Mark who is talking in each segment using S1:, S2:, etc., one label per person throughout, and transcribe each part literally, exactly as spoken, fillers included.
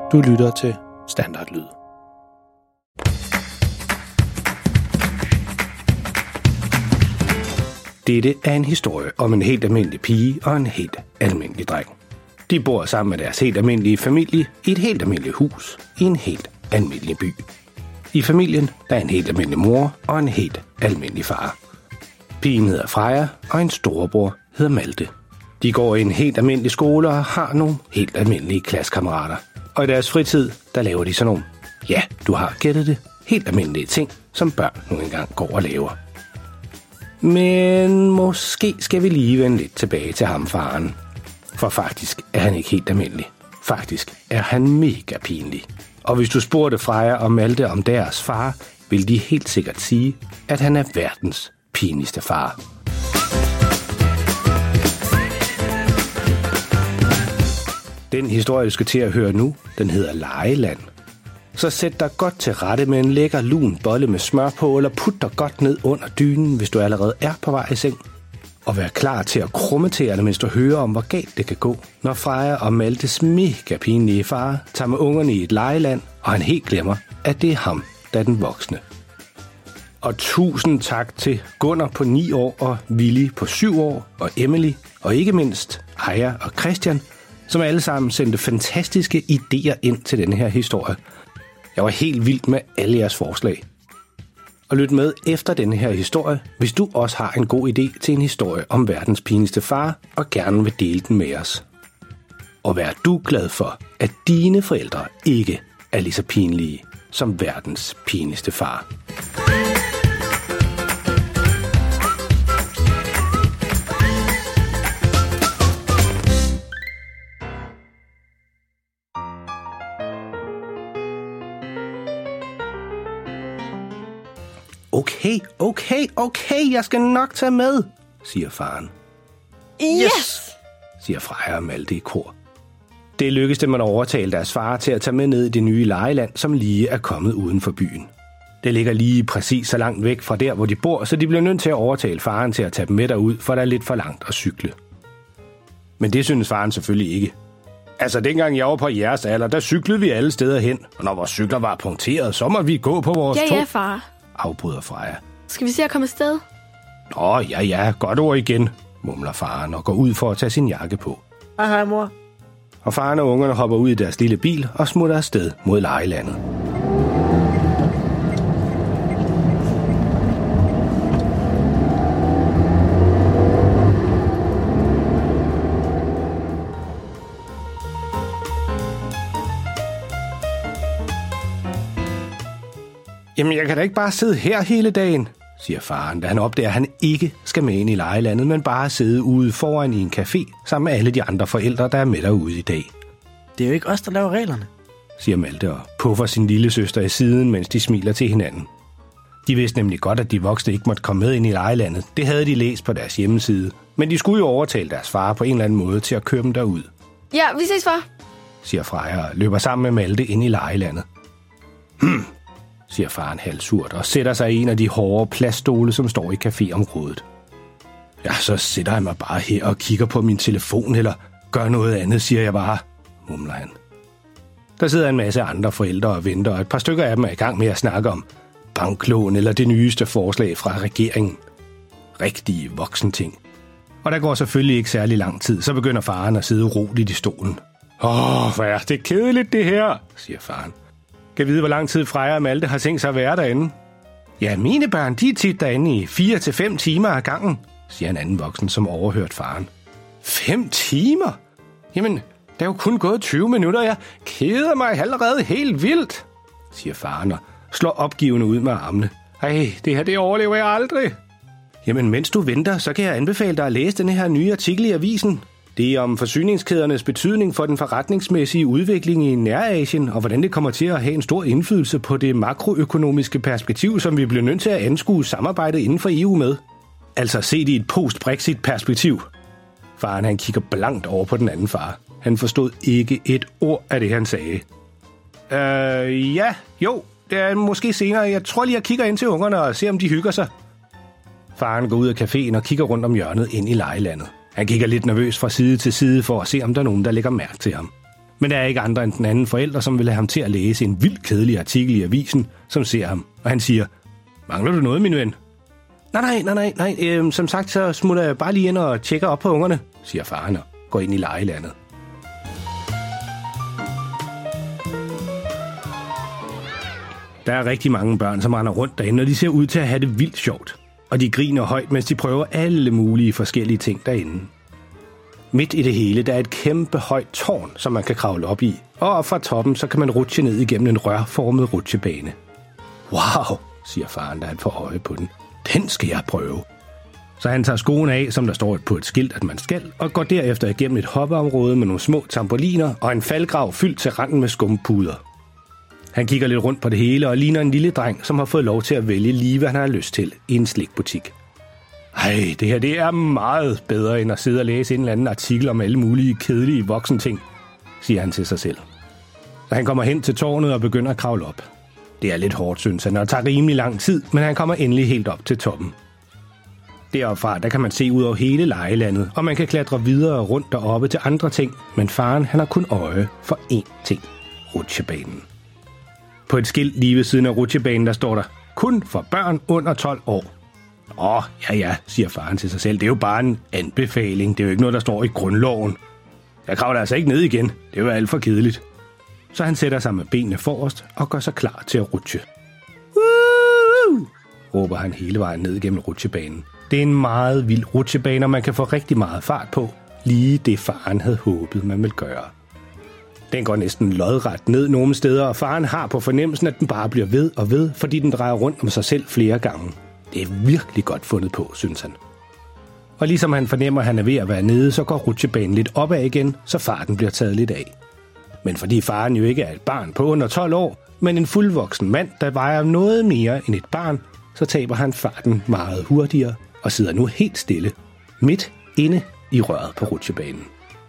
S1: Du lytter til Standardlyd. Dette er en historie om en helt almindelig pige og en helt almindelig dreng. De bor sammen med deres helt almindelige familie i et helt almindeligt hus i en helt almindelig by. I familien der er en helt almindelig mor og en helt almindelig far. Pigen hedder Freja, og en storebror hedder Malte. De går i en helt almindelig skole og har nogle helt almindelige klassekammerater. Og i deres fritid, der laver de sådan nogle, ja, du har gættet det, helt almindelige ting, som børn nu engang går og laver. Men måske skal vi lige vende lidt tilbage til ham, faren. For faktisk er han ikke helt almindelig. Faktisk er han mega pinlig. Og hvis du spurgte Freja og Malte om deres far, vil de helt sikkert sige, at han er verdens pinligste far. Den historie, du skal til at høre nu, den hedder Legeland. Så sæt dig godt til rette med en lækker lun bolle med smør på, eller put dig godt ned under dynen, hvis du allerede er på vej i seng. Og vær klar til at krumme tæerne, mens du hører om, hvor galt det kan gå, når Freja og Maltes mega pinlige far tager med ungerne i et legeland, og han helt glemmer, at det er ham, der er den voksne. Og tusind tak til Gunnar på ni år, og Willy på syv år, og Emily, og ikke mindst Aya og Christian, som alle sammen sendte fantastiske idéer ind til denne her historie. Jeg var helt vild med alle jeres forslag. Og lyt med efter denne her historie, hvis du også har en god idé til en historie om verdens pinligste far, og gerne vil dele den med os. Og vær du glad for, at dine forældre ikke er lige så pinlige som verdens pinligste far. Okay, okay, okay, jeg skal nok tage med, siger faren.
S2: Yes!
S1: Siger Freja og Malte i kor. Det lykkedes dem at overtale deres far til at tage med ned i det nye legeland, som lige er kommet uden for byen. Det ligger lige præcis så langt væk fra der, hvor de bor, så de bliver nødt til at overtale faren til at tage dem med derud, for der er lidt for langt at cykle. Men det synes faren selvfølgelig ikke. Altså, dengang jeg var på jeres alder, der cyklede vi alle steder hen, og når vores cykler var punkteret, så må vi gå på vores
S2: Ja,
S1: tog.
S2: ja, far.
S1: Afbryder Freja.
S2: Skal vi se at komme afsted?
S1: Nå, ja, ja, godt ord igen, mumler faren og går ud for at tage sin jakke på.
S3: Hej, hej, mor.
S1: Og faren og ungerne hopper ud i deres lille bil og smutter afsted mod legelandet. Jamen, jeg kan da ikke bare sidde her hele dagen, siger faren, da han opdager, at han ikke skal med ind i legelandet, men bare sidde ude foran i en café sammen med alle de andre forældre, der er med derude i dag.
S3: Det er jo ikke os, der laver reglerne,
S1: siger Malte og puffer sin lille søster i siden, mens de smiler til hinanden. De vidste nemlig godt, at de voksne ikke måtte komme med ind i legelandet. Det havde de læst på deres hjemmeside. Men de skulle jo overtale deres far på en eller anden måde til at køre dem derud.
S2: Ja, vi ses, far,
S1: siger Freja og løber sammen med Malte ind i legelandet. Hmm, siger faren halvsurt og sætter sig i en af de hårde plaststole, som står i caféområdet. Ja, så sætter jeg mig bare her og kigger på min telefon, eller gør noget andet, siger jeg bare, mumler han. Der sidder en masse andre forældre og venter, og et par stykker af dem er i gang med at snakke om banklån eller det nyeste forslag fra regeringen. Rigtige voksenting. Og der går selvfølgelig ikke særlig lang tid, så begynder faren at sidde roligt i stolen. Åh, hvor er det kedeligt det her, siger faren. Kan vide, hvor lang tid Freja og Malte har tænkt sig at være derinde? Ja, mine børn, de er tit derinde i fire til fem timer ad gangen, siger en anden voksen, som overhørte faren. Fem timer? Jamen, der er jo kun gået tyve minutter, jeg keder mig allerede helt vildt, siger faren og slår opgivende ud med armene. Ej, det her, det overlever jeg aldrig. Jamen, mens du venter, så kan jeg anbefale dig at læse den her nye artikel i avisen. Det er om forsyningskædernes betydning for den forretningsmæssige udvikling i Nærasien, og hvordan det kommer til at have en stor indflydelse på det makroøkonomiske perspektiv, som vi bliver nødt til at anskue samarbejdet inden for E U med. Altså set i et post-Brexit-perspektiv. Faren han kigger blankt over på den anden far. Han forstod ikke et ord af det, han sagde. Øh, ja, jo, det er måske senere. Jeg tror lige, jeg kigger ind til ungerne og ser, om de hygger sig. Faren går ud af caféen og kigger rundt om hjørnet ind i legelandet. Han kigger lidt nervøs fra side til side for at se, om der er nogen, der lægger mærke til ham. Men der er ikke andre end den anden forælder, som vil have ham til at læse en vildt kedelig artikel i avisen, som ser ham. Og han siger, mangler du noget, min ven? Nej, nej, nej, nej, nej. Øhm, som sagt, så smutter jeg bare lige ind og tjekker op på ungerne, siger faren og går ind i legelandet. Der er rigtig mange børn, som render rundt derinde, og de ser ud til at have det vildt sjovt. Og de griner højt, mens de prøver alle mulige forskellige ting derinde. Midt i det hele, der er et kæmpe højt tårn, som man kan kravle op i. Og fra toppen, så kan man rutsche ned igennem en rørformet rutsjebane. Wow, siger faren, da han får øje på den. Den skal jeg prøve. Så han tager skoene af, som der står på et skilt, at man skal, og går derefter igennem et hoppeområde med nogle små trampoliner og en faldgrav fyldt til randen med skumpuder. Han kigger lidt rundt på det hele og ligner en lille dreng, som har fået lov til at vælge lige, hvad han har lyst til i en slikbutik. Ej, det her det er meget bedre, end at sidde og læse en eller anden artikel om alle mulige kedelige voksenting, siger han til sig selv. Så han kommer hen til tårnet og begynder at kravle op. Det er lidt hårdt, synes han, og det tager rimelig lang tid, men han kommer endelig helt op til toppen. Deroppefra, der kan man se ud over hele legelandet, og man kan klatre videre rundt deroppe til andre ting, men faren han har kun øje for én ting, rutsjebanen. På et skilt lige ved siden af rutsjebanen, der står der, kun for børn under tolv år. Åh, ja ja, siger faren til sig selv, det er jo bare en anbefaling, det er jo ikke noget, der står i grundloven. Jeg kravler altså ikke ned igen, det er jo alt for kedeligt. Så han sætter sig med benene forrest og gør sig klar til at rutsche. Woo! Råber han hele vejen ned gennem rutsjebanen. Det er en meget vild rutsjebane, og man kan få rigtig meget fart på, lige det faren havde håbet, man ville gøre. Den går næsten lodret ned nogle steder, og faren har på fornemmelsen, at den bare bliver ved og ved, fordi den drejer rundt om sig selv flere gange. Det er virkelig godt fundet på, synes han. Og ligesom han fornemmer, at han er ved at være nede, så går rutsjebanen lidt opad igen, så farten bliver taget lidt af. Men fordi faren jo ikke er et barn på under tolv år, men en fuldvoksen mand, der vejer noget mere end et barn, så taber han farten meget hurtigere og sidder nu helt stille, midt inde i røret på rutsjebanen.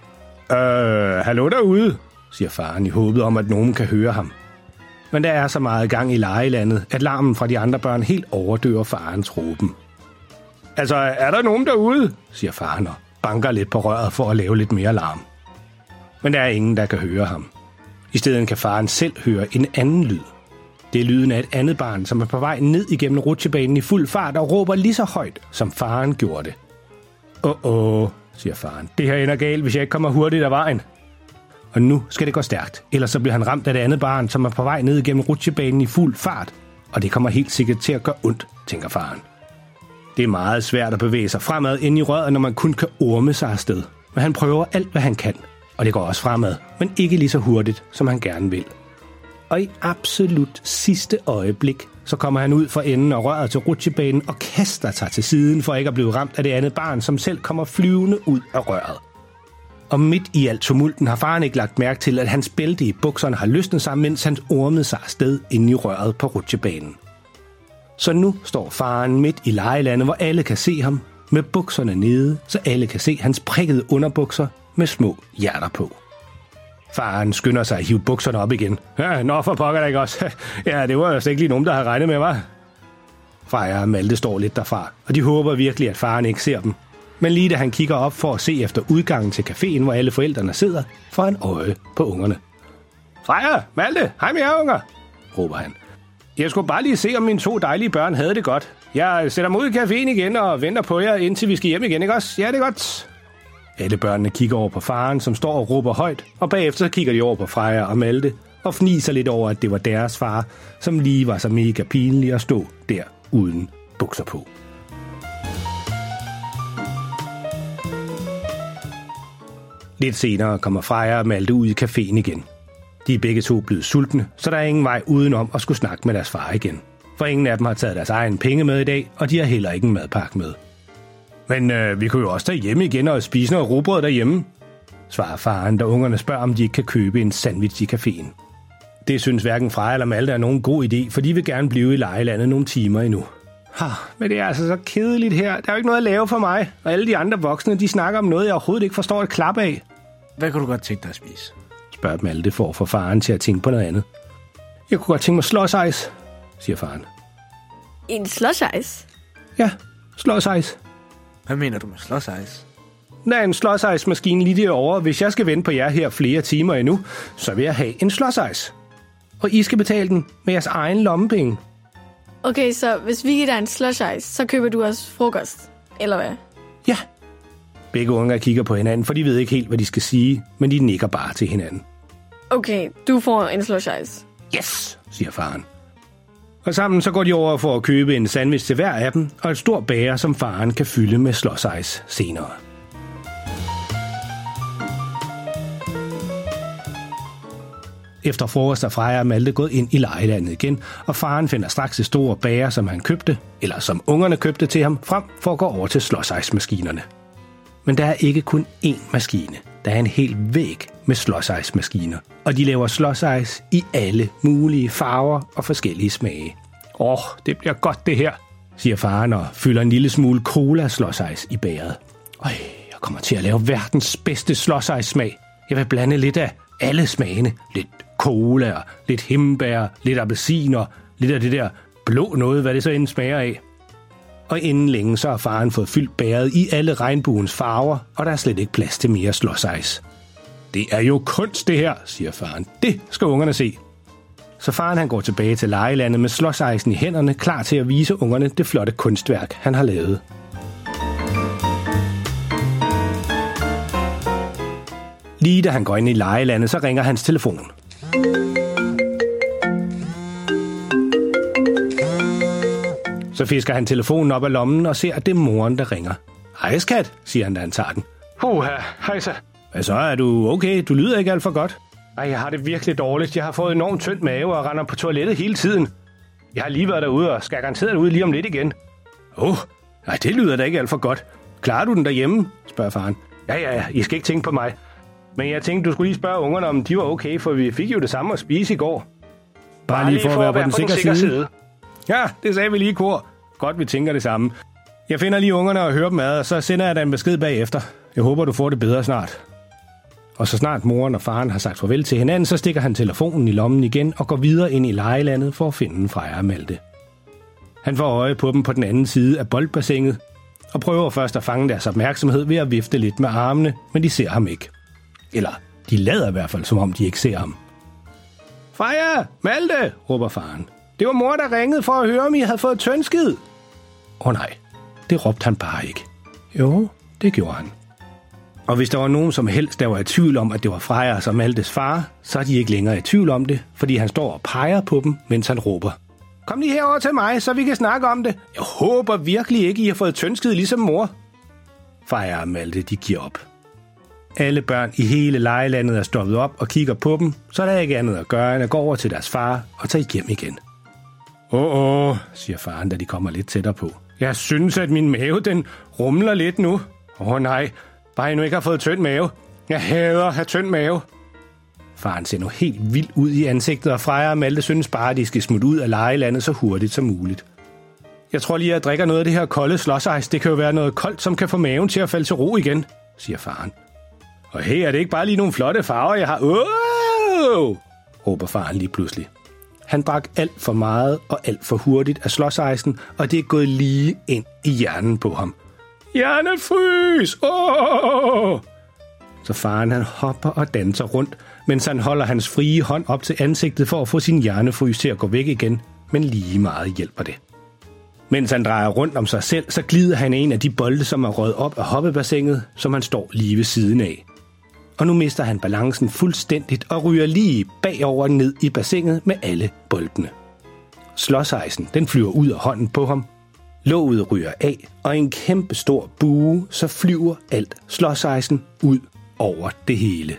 S1: Øh, hallo derude, siger faren i håbet om, at nogen kan høre ham. Men der er så meget gang i legelandet, at larmen fra de andre børn helt overdøver farens råben. Altså, er der nogen derude, siger faren og banker lidt på røret for at lave lidt mere larm. Men der er ingen, der kan høre ham. I stedet kan faren selv høre en anden lyd. Det er lyden af et andet barn, som er på vej ned igennem rutsjebanen i fuld fart og råber lige så højt, som faren gjorde det. Åh, åh, siger faren. Det her ender galt, hvis jeg ikke kommer hurtigt af vejen. Og nu skal det gå stærkt, ellers så bliver han ramt af det andet barn, som er på vej ned igennem rutsjebanen i fuld fart. Og det kommer helt sikkert til at gøre ondt, tænker faren. Det er meget svært at bevæge sig fremad ind i røret, når man kun kan orme sig afsted. Men han prøver alt, hvad han kan. Og det går også fremad, men ikke lige så hurtigt, som han gerne vil. Og i absolut sidste øjeblik, så kommer han ud for enden af røret til rutsjebanen og kaster sig til siden for ikke at blive ramt af det andet barn, som selv kommer flyvende ud af røret. Og midt i alt tumulten har faren ikke lagt mærke til, at hans bælte i bukserne har løsnet sig, mens han ormede sig afsted inde i røret på rutsjebanen. Så nu står faren midt i legelandet, hvor alle kan se ham, med bukserne nede, så alle kan se hans prikkede underbukser med små hjerter på. Faren skynder sig at hive bukserne op igen. Ja, nå for pokker da ikke også. Ja, det var jo slet ikke lige nogen, der havde regnet med, hva'? Freja og Malte står lidt derfra, og de håber virkelig, at faren ikke ser dem. Men lige da han kigger op for at se efter udgangen til caféen, hvor alle forældrene sidder, får han øje på ungerne. Freja, Malte, hej med jer, unger, råber han. Jeg skulle bare lige se, om mine to dejlige børn havde det godt. Jeg sætter mig ud i caféen igen og venter på jer, indtil vi skal hjem igen, ikke også? Ja, det er godt. Alle børnene kigger over på faren, som står og råber højt, og bagefter så kigger de over på Freja og Malte, og fniser lidt over, at det var deres far, som lige var så mega pinlig at stå der uden bukser på. Lidt senere kommer Freja og Malte ud i caféen igen. De er begge to blevet sultne, så der er ingen vej udenom at skulle snakke med deres far igen. For ingen af dem har taget deres egen penge med i dag, og de har heller ikke en madpakke med. Men øh, vi kunne jo også tage hjem igen og spise noget rugbrød derhjemme, svarer faren, da ungerne spørger, om de ikke kan købe en sandwich i caféen. Det synes hverken Freja eller Malte er nogen god idé, for de vil gerne blive i legelandet nogle timer endnu. Ha, men det er altså så kedeligt her. Der er jo ikke noget at lave for mig, og alle de andre voksne, de snakker om noget, jeg overhovedet ikke forstår et klap af.
S3: Hvad kan du godt tænke dig at spise?
S1: Spørger Malte for at få faren til at tænke på noget andet. Jeg kunne godt tænke mig slåsejs, siger faren.
S2: En slåsejs?
S1: Ja, slåsejs.
S3: Hvad mener du med slåsejs?
S1: der er en slåsejsmaskine lige derovre. Hvis jeg skal vente på jer her flere timer endnu, så vil jeg have en slåsejs. Og I skal betale den med jeres egen lommepenge.
S2: Okay, så hvis vi giver dig en slush ice, så køber du også frokost, eller hvad?
S1: Ja. Begge unger kigger på hinanden, for de ved ikke helt, hvad de skal sige, men de nikker bare til hinanden.
S2: Okay, du får en slush ice.
S1: Yes, siger faren. Og sammen så går de over for at købe en sandwich til hver af dem, og et stort bager, som faren kan fylde med slush ice senere. Efter frokost er Freja og Malte gået ind i legelandet igen, og faren finder straks et stort bager, som han købte, eller som ungerne købte til ham, frem for at gå over til slush ice-maskinerne. Men der er ikke kun én maskine. Der er en hel væg med slush ice-maskiner, og de laver slush ice i alle mulige farver og forskellige smage. Åh, oh, det bliver godt det her, siger faren og fylder en lille smule cola slush ice i bægeret. Øj, jeg kommer til at lave verdens bedste slush ice-smag. Jeg vil blande lidt af alle smagene. Lidt cola, lidt hindbær, lidt appelsiner, lidt af det der blå noget, hvad det så end smager af. Og inden længe så har faren fået fyldt bæret i alle regnbuens farver, og der er slet ikke plads til mere slush ice. Det er jo kunst det her, siger faren. Det skal ungerne se. Så faren han går tilbage til legelandet med slush icen i hænderne, klar til at vise ungerne det flotte kunstværk, han har lavet. Lige da han går ind i legelandet, så ringer hans telefon. Så fisker han telefonen op af lommen og ser, at det er moren, der ringer. Hej skat, siger han, da han tager den.
S3: Puha, hej så.
S1: Hvad så, er du okay? Du lyder ikke alt for godt. Ej, jeg har det virkelig dårligt. Jeg har fået enormt tynd mave og render på toilettet hele tiden. Jeg har lige været derude og skal garanteret ud lige om lidt igen. Åh, oh, nej, det lyder da ikke alt for godt. Klarer du den derhjemme? Spørger faren. Ja, ja, ja, I skal ikke tænke på mig. Men jeg tænkte, du skulle lige spørge ungerne, om de var okay, for vi fik jo det samme at spise i går.
S3: Bare, Bare lige for, for at være på den sikre side. side.
S1: Ja, det sagde vi lige i kor. Godt, vi tænker det samme. Jeg finder lige ungerne og hører dem ad, og så sender jeg dig en besked bagefter. Jeg håber, du får det bedre snart. Og så snart moren og faren har sagt farvel til hinanden, så stikker han telefonen i lommen igen og går videre ind i legelandet for at finde Freja og Malte. Han får øje på dem på den anden side af boldbassinet, og prøver først at fange deres opmærksomhed ved at vifte lidt med armene, men de ser ham ikke. Eller, de lader i hvert fald, som om de ikke ser ham. Freja! Malte! Råber faren. Det var mor, der ringede for at høre, om I havde fået tyndskid. Åh oh, nej, det råbte han bare ikke. Jo, det gjorde han. Og hvis der var nogen som helst, der var i tvivl om, at det var Freja og Maltes far, så er de ikke længere i tvivl om det, fordi han står og peger på dem, mens han råber. Kom lige herover til mig, så vi kan snakke om det. Jeg håber virkelig ikke, I har fået tyndskid ligesom mor. Freja og Malte, de giver op. Alle børn i hele legelandet er stoppet op og kigger på dem, så der er ikke andet at gøre, end at gå over til deres far og tage hjem igen. Åh, åh, siger faren, da de kommer lidt tættere på. Jeg synes, at min mave, den rumler lidt nu. Åh nej, bare jeg nu ikke har fået tynd mave. Jeg hader at have tynd mave. Faren ser nu helt vild ud i ansigtet, og Freja og Malte synes bare, at de skal smutte ud af legelandet så hurtigt som muligt. Jeg tror lige, at jeg drikker noget af det her kolde slush ice. Det kan jo være noget koldt, som kan få maven til at falde til ro igen, siger faren. Og hey, er det ikke bare lige nogle flotte farver, jeg har? Wow! Råber faren lige pludselig. Han drak alt for meget og alt for hurtigt af slush icen, og det er gået lige ind i hjernen på ham. Hjernefrys! Åh! Så faren han hopper og danser rundt, mens han holder hans frie hånd op til ansigtet for at få sin hjernefrys til at gå væk igen, men lige meget hjælper det. Mens han drejer rundt om sig selv, så glider han en af de bolde, som er røget op af hoppebassinet, som han står lige ved siden af. Og nu mister han balancen fuldstændigt og ryger lige bagover ned i bassinet med alle boldene. Slush icen, den flyver ud af hånden på ham. Låget ryger af, og i en kæmpe stor bue, så flyver alt slush icen ud over det hele.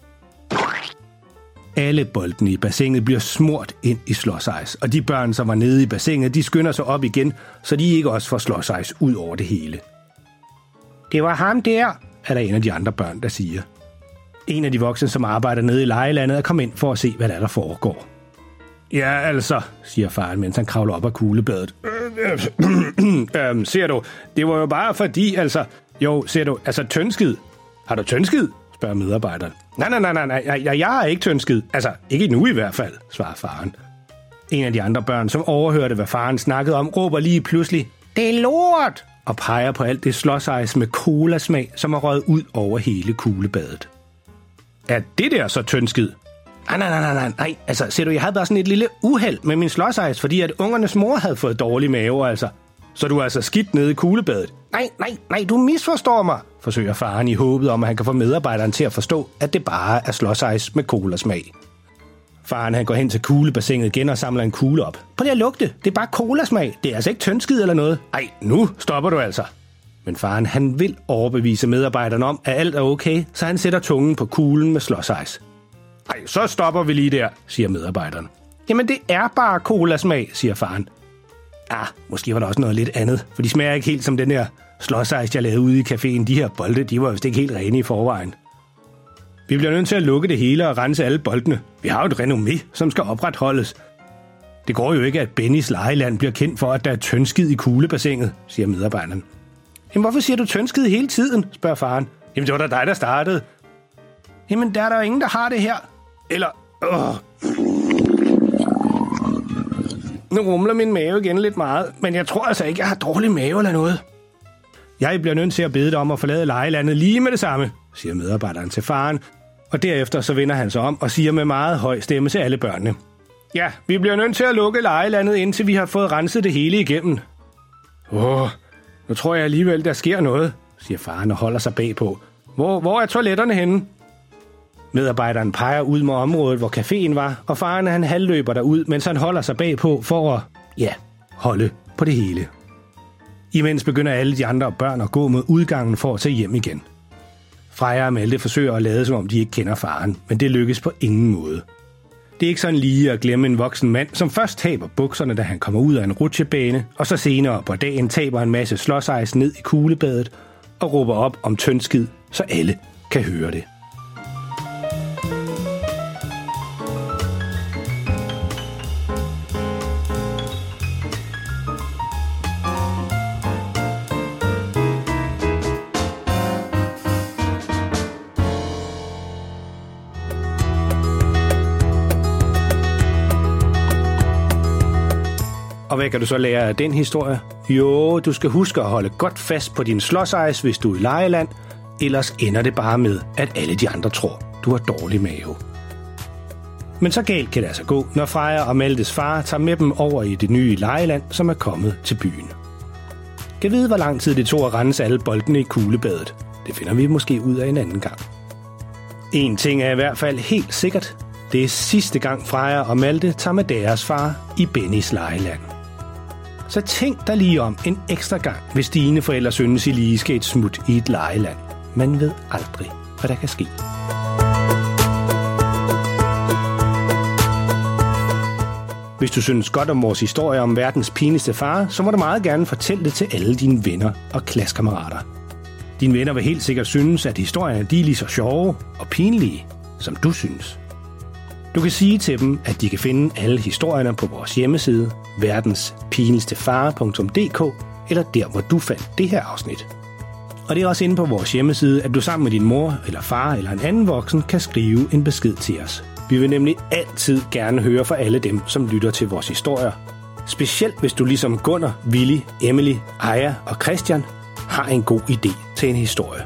S1: Alle boldene i bassinet bliver smurt ind i slush ice, og de børn, som var nede i bassinet, de skynder sig op igen, så de ikke også får slush ice ud over det hele. Det var ham der, er der en af de andre børn, der siger. En af de voksne, som arbejder nede i legelandet, er kommet ind for at se, hvad der, der foregår. Ja, altså, siger faren, mens han kravler op af kuglebladet. øhm, ser du, det var jo bare fordi, altså... Jo, ser du, altså tyndskid. Har du tyndskid? Spørger medarbejderen. Nej, nej, nej, nej, nej, jeg, jeg har ikke tyndskid. Altså, ikke nu i hvert fald, svarer faren. En af de andre børn, som overhørte, hvad faren snakkede om, råber lige pludselig, det er lort! og peger på alt det slåsejs med colasmag, som er røget ud over hele kuglebadet. Er det der så tyndskid? Nej, nej, nej, nej, nej. Altså, ser du, jeg havde bare sådan et lille uheld med min slåsejs, fordi at ungernes mor havde fået dårlig mave, altså. Så du er altså skidt nede i kuglebadet. Nej, nej, nej, du misforstår mig, forsøger faren i håbet om, at han kan få medarbejderen til at forstå, at det bare er slåsejs med colasmag. Faren han går hen til kuglebassinet igen og samler en kugle op. Prøv lige at lugte, det er bare colasmag. Det er altså ikke tyndskid eller noget. Ej, nu stopper du altså. Men faren han vil overbevise medarbejderen om, at alt er okay, så han sætter tungen på kuglen med slåsejs. Ej, så stopper vi lige der, siger medarbejderen. Jamen det er bare colasmag, siger faren. Ah, måske var der også noget lidt andet, for de smager ikke helt som den der slåsejs, jeg lavede ude i caféen. De her bolde, de var vist ikke helt rene i forvejen. Vi bliver nødt til at lukke det hele og rense alle boldene. Vi har jo et renommé, som skal opretholdes. Det går jo ikke, at Bennys legeland bliver kendt for, at der er tyndskid i kuglebassinet, siger medarbejderen. Jamen hvorfor siger du tyndskid hele tiden, spørger faren. Jamen det var da dig, der startede. Jamen der er der jo ingen, der har det her. Eller, åh. Nu rumler min mave igen lidt meget, men jeg tror altså ikke, jeg har dårlig mave eller noget. Jeg bliver nødt til at bede dig om at forlade legelandet lige med det samme, siger medarbejderen til faren, og derefter så vender han sig om og siger med meget høj stemme til alle børnene. Ja, vi bliver nødt til at lukke legelandet, indtil vi har fået renset det hele igennem. Åh, nu tror jeg alligevel, der sker noget, siger faren og holder sig bagpå. Hvor, hvor er toiletterne henne? Medarbejderen peger ud mod området, hvor caféen var, og faren han halvløber derud, mens han holder sig bagpå for at, ja, holde på det hele. Imens begynder alle de andre børn at gå mod udgangen for at tage hjem igen. Freja og Malte forsøger at lade som om de ikke kender faren, men det lykkes på ingen måde. Det er ikke sådan lige at glemme en voksen mand, som først taber bukserne, da han kommer ud af en rutsjebane, og så senere på dagen taber en masse slåsejs ned i kuglebadet og råber op om tyndskid, så alle kan høre det. Og hvad kan du så lære af den historie? Jo, du skal huske at holde godt fast på din slåsejs, hvis du er i legeland. Ellers ender det bare med, at alle de andre tror, du har dårlig mave. Men så galt kan det altså gå, når Freja og Maltes far tager med dem over i det nye legeland, som er kommet til byen. Kan vide, hvor lang tid det tog at rense alle boldene i kuglebadet. Det finder vi måske ud af en anden gang. En ting er i hvert fald helt sikkert. Det er sidste gang Freja og Malte tager med deres far i Bennys legeland. Så tænk dig lige om en ekstra gang, hvis dine forældre synes, I lige skal et smut i et legeland. Man ved aldrig, hvad der kan ske. Hvis du synes godt om vores historie om verdens pinligste far, så må du meget gerne fortælle det til alle dine venner og klassekammerater. Dine venner vil helt sikkert synes, at historierne de er lige så sjove og pinlige, som du synes. Du kan sige til dem, at de kan finde alle historierne på vores hjemmeside, verdens pinligste far punktum d k, eller der, hvor du fandt det her afsnit. Og det er også inde på vores hjemmeside, at du sammen med din mor eller far eller en anden voksen kan skrive en besked til os. Vi vil nemlig altid gerne høre fra alle dem, som lytter til vores historier. Specielt hvis du ligesom Gunnar, Willy, Emily, Aya og Christian har en god idé til en historie.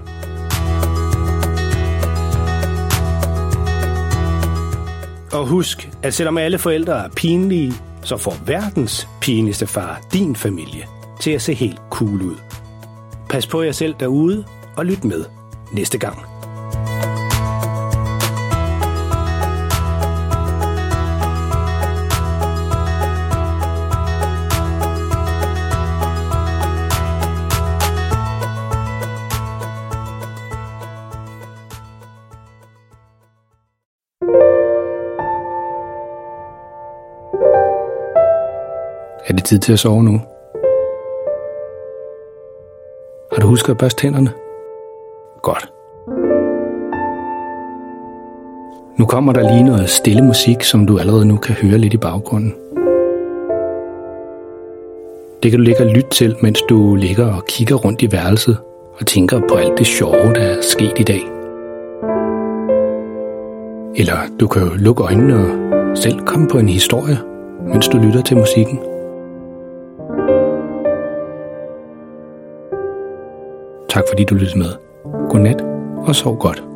S1: Og husk, at selvom alle forældre er pinlige, så får verdens pinligste far din familie til at se helt cool ud. Pas på jer selv derude og lyt med næste gang. Er det tid til at sove nu? Har du husket at børste tænderne? Godt. Nu kommer der lige noget stille musik, som du allerede nu kan høre lidt i baggrunden. Det kan du ligge og lytte til, mens du ligger og kigger rundt i værelset og tænker på alt det sjove, der er sket i dag. Eller du kan jo lukke øjnene og selv komme på en historie, mens du lytter til musikken. Tak fordi du lyttede med. Godnat og sov godt.